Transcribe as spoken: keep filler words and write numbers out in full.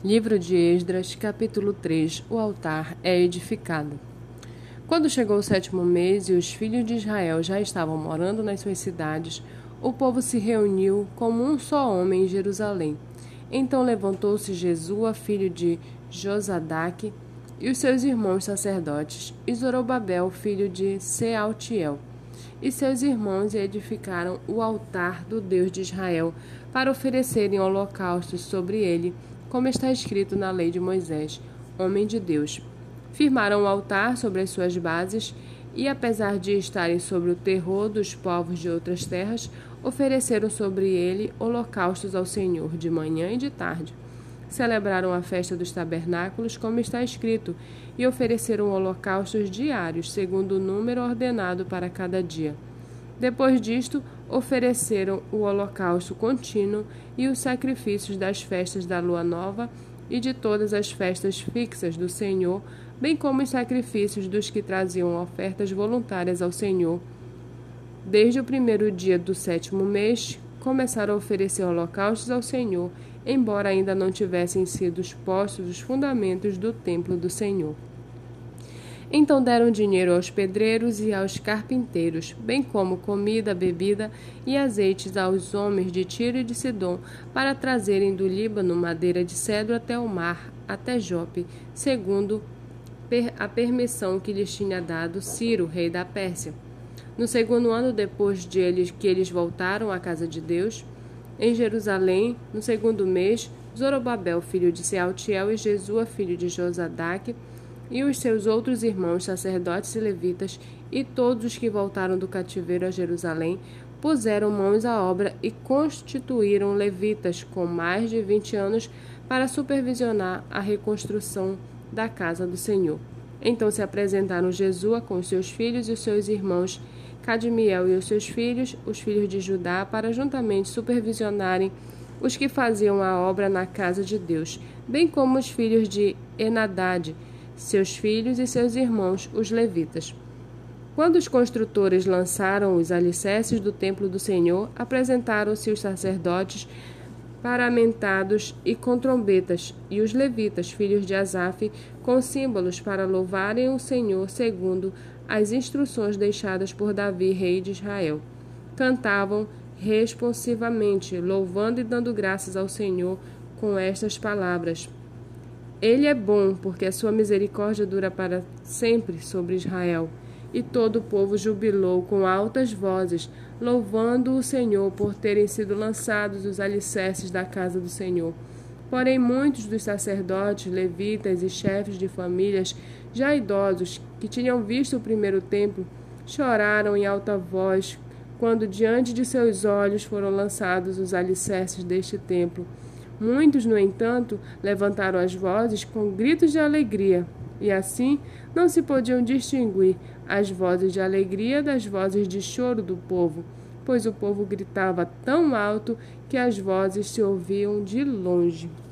Livro de Esdras, capítulo três. O altar é edificado. Quando chegou o sétimo mês e os filhos de Israel já estavam morando nas suas cidades, o povo se reuniu como um só homem em Jerusalém. Então levantou-se Jesua, filho de Josadaque, e os seus irmãos sacerdotes, e Zorobabel, filho de Sealtiel, e seus irmãos, e edificaram o altar do Deus de Israel, para oferecerem holocaustos sobre ele, como está escrito na lei de Moisés, homem de Deus. Firmaram o altar sobre as suas bases e, apesar de estarem sobre o terror dos povos de outras terras, ofereceram sobre ele holocaustos ao Senhor de manhã e de tarde. Celebraram a festa dos tabernáculos, como está escrito, e ofereceram holocaustos diários, segundo o número ordenado para cada dia. Depois disto, ofereceram o holocausto contínuo e os sacrifícios das festas da lua nova e de todas as festas fixas do Senhor, bem como os sacrifícios dos que traziam ofertas voluntárias ao Senhor. Desde o primeiro dia do sétimo mês, começaram a oferecer holocaustos ao Senhor, embora ainda não tivessem sido postos os fundamentos do templo do Senhor. Então deram dinheiro aos pedreiros e aos carpinteiros, bem como comida, bebida e azeites aos homens de Tiro e de Sidom, para trazerem do Líbano madeira de cedro até o mar, até Jope, segundo a permissão que lhes tinha dado Ciro, rei da Pérsia. No segundo ano depois de eles, que eles voltaram à casa de Deus, em Jerusalém, no segundo mês, Zorobabel, filho de Sealtiel, e Jesua, filho de Josadaque, e os seus outros irmãos, sacerdotes e levitas, e todos os que voltaram do cativeiro a Jerusalém, puseram mãos à obra e constituíram levitas com mais de vinte anos para supervisionar a reconstrução da casa do Senhor. Então se apresentaram Jesua com os seus filhos e os seus irmãos, Cadmiel e os seus filhos, os filhos de Judá, para juntamente supervisionarem os que faziam a obra na casa de Deus, bem como os filhos de Enadade, seus filhos e seus irmãos, os levitas. Quando os construtores lançaram os alicerces do templo do Senhor, apresentaram-se os sacerdotes paramentados e com trombetas, e os levitas, filhos de Asaf, com símbolos para louvarem o Senhor segundo as instruções deixadas por Davi, rei de Israel. Cantavam responsivamente, louvando e dando graças ao Senhor com estas palavras: Ele é bom, porque a sua misericórdia dura para sempre sobre Israel. E todo o povo jubilou com altas vozes, louvando o Senhor por terem sido lançados os alicerces da casa do Senhor. Porém, muitos dos sacerdotes, levitas e chefes de famílias, já idosos, que tinham visto o primeiro templo, choraram em alta voz quando diante de seus olhos foram lançados os alicerces deste templo. Muitos, no entanto, levantaram as vozes com gritos de alegria, e assim não se podiam distinguir as vozes de alegria das vozes de choro do povo, pois o povo gritava tão alto que as vozes se ouviam de longe.